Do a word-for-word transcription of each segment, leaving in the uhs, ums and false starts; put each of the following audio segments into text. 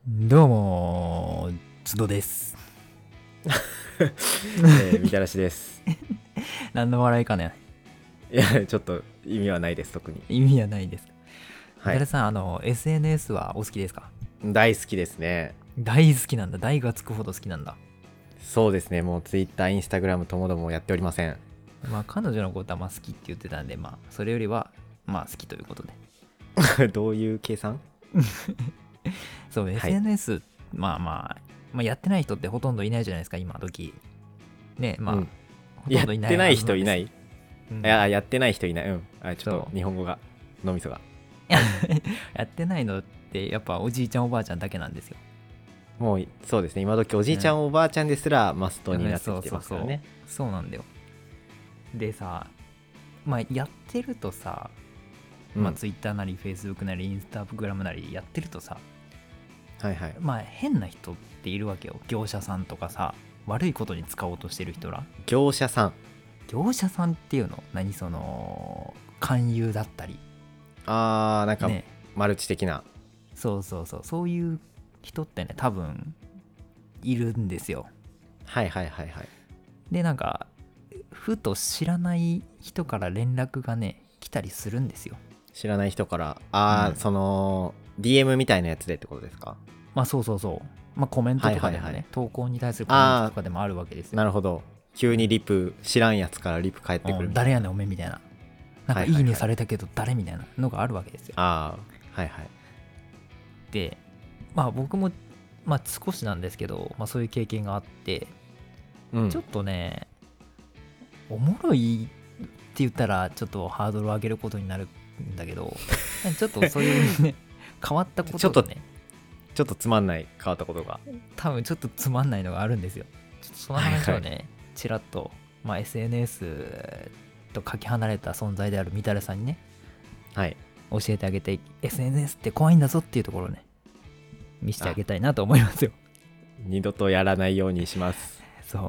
どうも津戸です。 えー、みたらしです。 何の笑いかね。 いや、ちょっと意味はないです、特に。 意味はないです。みはい。 たらしさん、あの エスエヌエス はお好きですか？ 大好きですね。 大好きなんだ。大がつくほど好きなんだ。 そうですね、もう Twitter、Instagram ともどもやっておりません。 まあ彼女のことはまあ好きって言ってたんで、まあそれよりはまあ好きということで。 どういう計算？ そう、 はい。 エスエヌエス、まあまあ、まあやってない人ってほとんどいないじゃないですか、今時。ね、まあ、 うん。 ほとんどいないやってないはずなんです。 人いない。いうん。 や、やってない人いない。うん。あ、ちょっとそう。 日本語が、脳みそが。 やってないのってやっぱおじいちゃんおばあちゃんだけなんですよ。 もう、そうですね、今時おじいちゃうん。 んおばあちゃんですらマストになってそうきてそうそますからね。 う。そうなんだよ。でさ、まあやってるとさ、まあうん。 Twitter なり Facebook なり Instagram なりやってるとさ、 はいはい。 まあ変な人っているわけよ。業者さんとかさ、悪いことに使おうとしてる人ら。 業者さん。 業者さんっていうの何その、勧誘だったり。 あー、なんか、 ね。 マルチ的な。 そうそうそう。そういう人ってね、多分いるんですよ。 はいはいはいはい。 で、なんか、ふと知らない人から連絡がね、来たりするんですよ。 知らない人から、あー、 うん。 その、ディーエム みたいなやつでってことですか？ まあそうそうそう。まあコメントはいとかでもね、 はいはい。 投稿に対するコメントとあかでもあるわけですー、 よ。 なるほど。急にリプ、知らんやつからリプ返ってうん、 くるみたいな。 誰やねんおめえみたいな。なんかいいねはいはいはい。 されたけど誰みたいなのがあるわけですよ。 あー、はいはい。 で、まあ僕も、まあ少しなんですけど、まあそういう経験があって、 うん。 ちょっとね、おもろいって言ったらちょっとハードルを上げることになるんだけど、ちょっとそういうね、変わったこちょっと、 とがね、 ちょっとつまんない変わったことが。 多分ちょっとつまんないのがあるんですよ。ちょっとそのはいはい。 話をね、ちらっと、まあ、エスエヌエス とかけ離れた存在であるみたらさんにね、 はい。 教えてあげて、エスエヌエス って怖いんだぞっていうところをね、見せてああ、 げたいなと思いますよ。 二度とやらないようにします。 そう。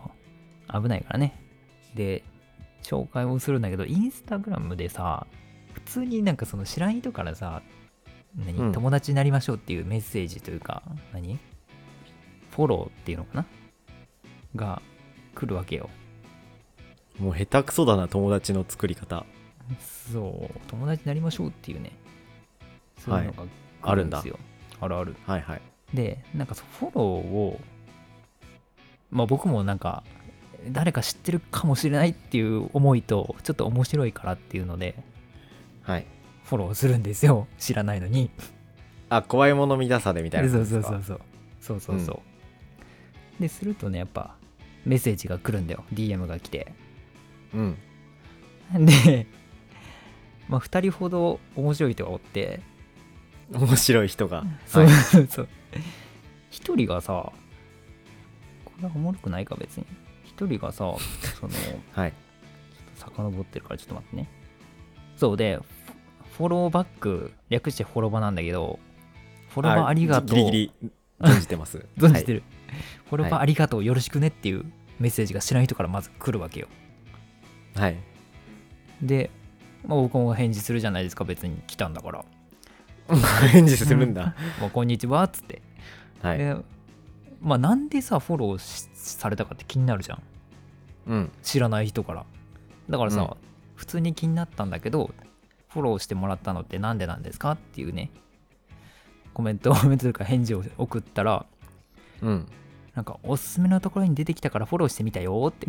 危ないからね。で、紹介をするんだけど、インスタグラムでさ、普通になんかその知らん人からさ、何、 うん。 友達になりましょうっていうメッセージというか、何フォローっていうのかなが来るわけよ。 もう下手くそだな、友達の作り方。 そう、友達になりましょうっていうね、そういうはい。 のが来あるんだ。 るんですよ。あるある。 はいはい。 で、なんかそうフォローを、まあ僕もなんか、誰か知ってるかもしれないっていう思いと、ちょっと面白いからっていうので、 はい。 フォローするんですよ。知らないのに。 あ、怖いもの見たさでみたいなそう感じですか？ そうそうそう。そうそうそうん。 う。で、するとね、やっぱ、メッセージが来るんだよ。ディーエム が来て。 うん。 で、まあふたりほど面白い人がおって、 面白い人が。 そうはい。 そうそう。一人がさ、これはおもろくないか別に。一人がさ、その、 はい。 遡ってるからちょっと待ってね。そうで、フォローバック、略してフォロバなんだけど、フォロあ、 バありがとギリギリ存じてます。 う、存はい。 じてる。フォロはい。 バありがとう、よろしくねっていうメッセージが知らない人からまず来るわけよ。 はい。 で、まあ、僕も返事するじゃないですか、別に来たんだから。 返事すうん。 るんだ。 もうこんにちはっつって。 はい。 で、まあなんでさ、フォローされたかって気になるじゃん。 うん。 知らない人から。だからさ、 うん。 普通に気になったんだけど、フォローしてもらったのってなんでなんですかっていうね、コメント、コメントというか返事を送ったら、 うん。 なんかおすすめのところに出てきたからフォローしてみたよって、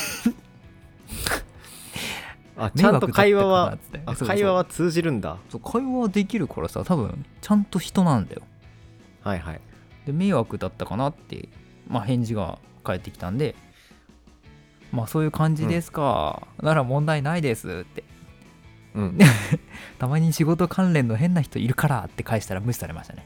あ、ち迷ゃんと惑だった会話は、 かなっつって。 あ、 そうそう。 会話は通じるんだ。 そう会話できるからさ、多分ちゃんと人なんだよ。 はいはい。 で、迷惑だったかなって、まあ返事が返ってきたんで、まあそういう感じうん。 ですか。なら問題ないですって。 うん。 たまに仕事関連の変な人いるからって返したら無視されましたね。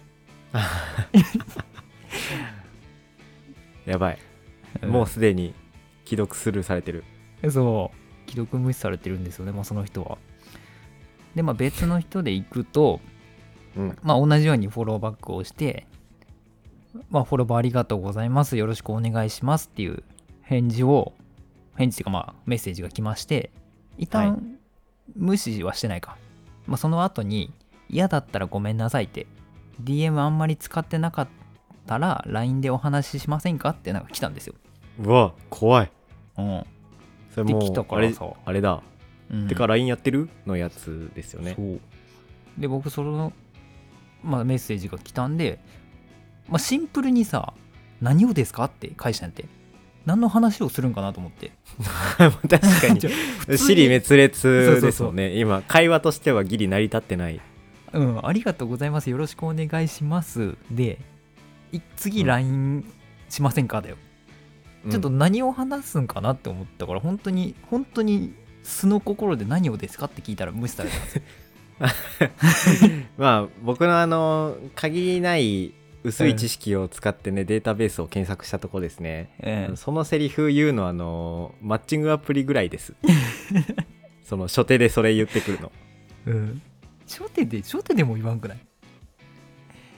やばい。もううん。 すでに既読スルーされてる。 そう。既読無視されてるんですよね、まあその人は。で、まあ別の人で行くと、 うん。 まあ同じようにフォローバックをして、まあフォローバーありがとうございます。よろしくお願いしますっていう返事を、返事っていうかまあメッセージが来まして、一はい。 旦無視はしてないか。まあその後に、嫌だったらごめんなさいって、ディーエム あんまり使ってなかったら ライン でお話ししませんかってなんか来たんですよ。 うわ怖い。 うんそれもで来たうあれからさあれだ、 うん、 てか ライン やってるのやつですよね。 そうで僕その、まあ、メッセージが来たんで、まあ、シンプルにさ何をですかって返したんやって何の話をするんかなと思って確かにじゃあ尻滅裂そうそうそうですもんね。今会話としてはギリ成り立ってない。 うんありがとうございますよろしくお願いしますでい次うんライン しませんかだよ、 うんちょっと何を話すんかなって思ったから本当に本当に素の心で何をですかって聞いたら無視されたんですよまあ僕のあの限りない薄い知識を使ってね、うん、データベースを検索したとこですね、 ええ、 そのセリフ言うのはあのマッチングアプリぐらいですその初手でそれ言ってくるの。 うん初手で初手でも言わんくない？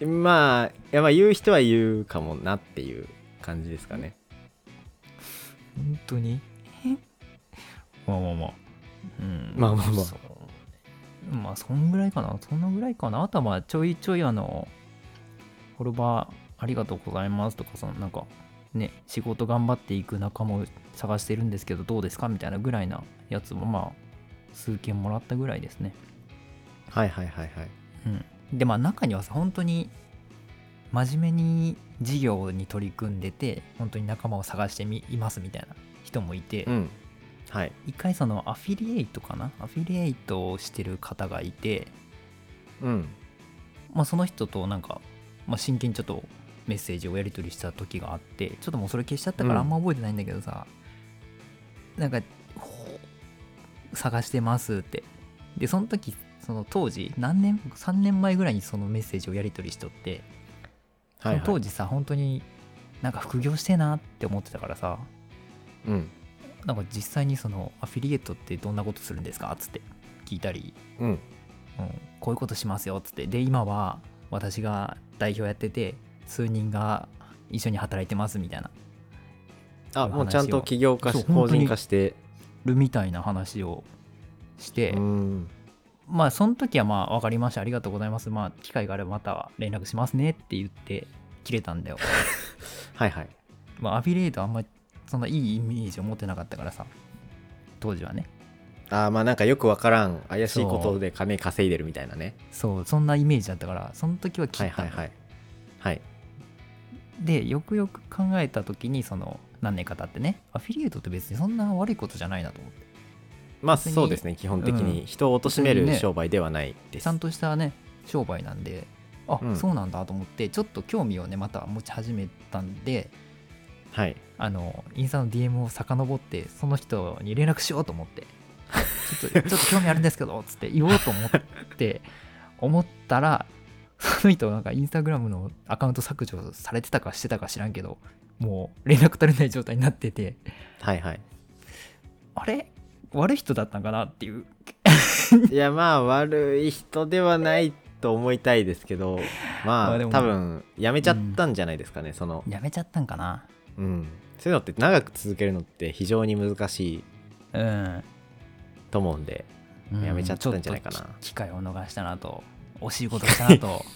まあいやまあ言う人は言うかもなっていう感じですかね。 本当にまあまあまあ、うん、 まあまあまあまあそんぐらいかなそんなぐらいかな。あとはまあちょいちょいあのフォロワーありがとうございますとかそのなんかね仕事頑張っていく仲間を探してるんですけどどうですかみたいなぐらいなやつもまあ数件もらったぐらいですね。 はいはいはいはい。 うん、でまあ中にはさ本当に真面目に事業に取り組んでて本当に仲間を探してみいますみたいな人もいて、 うん、はい。 一回そのアフィリエイトかなアフィリエイトをしてる方がいて、 うん、 まあその人となんか、まあ、真剣にちょっとメッセージをやり取りした時があってちょっともうそれ消しちゃったからあんま覚えてないんだけどさ、うん、なんか探してますってでその時その当時何年さんねんまえぐらいにそのメッセージをやり取りしとって、はいはい、その当時さ本当になんか副業してえなって思ってたからさ、 うん、 なんか実際にそのアフィリエイトってどんなことするんですかっつって聞いたり、 うんうん、 こういうことしますよっつってで今は私が代表やってて数人が一緒に働いてますみたいなあもうちゃんと起業化し法人化してるみたいな話をしてうんまあその時はまあ分かりましたありがとうございますまあ機会があればまた連絡しますねって言って切れたんだよはいはいまあアフィリエイトあんまりそんないいイメージを持ってなかったからさ当時はねあまあなんかよくわからん怪しいことで金稼いでるみたいなねそうそんなイメージだったからその時は切ったはいはいはいはいでよくよく考えた時にその何年か経ってねアフィリエイトって別にそんな悪いことじゃないなと思ってまあそうですね基本的に人を貶める商売ではないです、 ね、ちゃんとしたね商売なんであ、うん、そうなんだと思ってちょっと興味をねまた持ち始めたんではいあのインスタの ディーエム を遡ってその人に連絡しようと思ってちょっとちょっと興味あるんですけどつって言おうと思って思ったらその人なんかインスタグラムのアカウント削除されてたかしてたか知らんけどもう連絡取れない状態になっててはいはいあれ悪い人だったんかなっていういやまあ悪い人ではないと思いたいですけどまあ多分やめちゃったんじゃないですかね、うん、そのやめちゃったんかなうんそういうのって長く続けるのって非常に難しいと思うんで、うん、やめちゃったんじゃないかな、うん、 機会を逃したなと惜しいことしたなと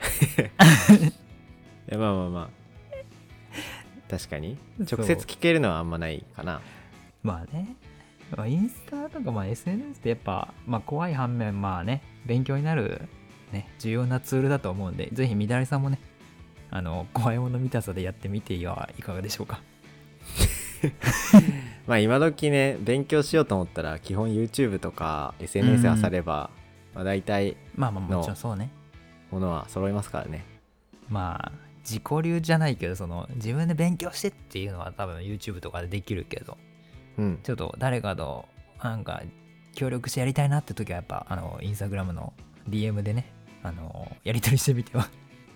いやまあまあまあ確かに直接聞けるのはあんまないかなまあねまあ、インスタとかまあ エスエヌエス ってやっぱ、まあ、怖い反面まあね勉強になる、ね、重要なツールだと思うんでぜひみだりさんもねあの怖いもの見たさでやってみてはいかがでしょうかまあ今時ね勉強しようと思ったら基本 YouTube とか エスエヌエス あされば、うんまあ、大体まあまあもちろんそうねものは揃いますからねまあ自己流じゃないけどその自分で勉強してっていうのは多分 YouTube とかでできるけどうん、ちょっと誰かとなんか協力してやりたいなって時はやっぱあのインスタグラムの ディーエム でねあのやり取りしてみては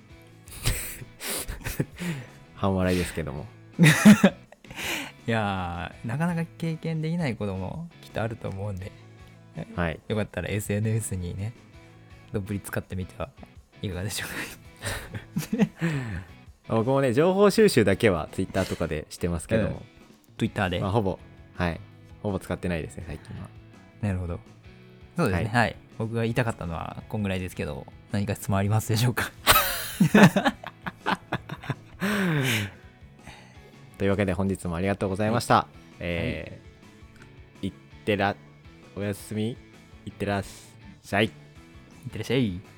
半笑いですけどもいやーなかなか経験できないこともきっとあると思うんで、はい、よかったら エスエヌエス にねどっぷり使ってみてはいかがでしょうか僕もね情報収集だけは Twitter とかでしてますけども、うん、 Twitter で、 まあ、ほぼはいほぼ使ってないですね最近は。 なるほどそうですね、はい、はい、僕が言いたかったのはこんぐらいですけど何か質問ありますでしょうかというわけで本日もありがとうございました、はい、えー、はい、いってらおやすみいってらっしゃいいってらっしゃい。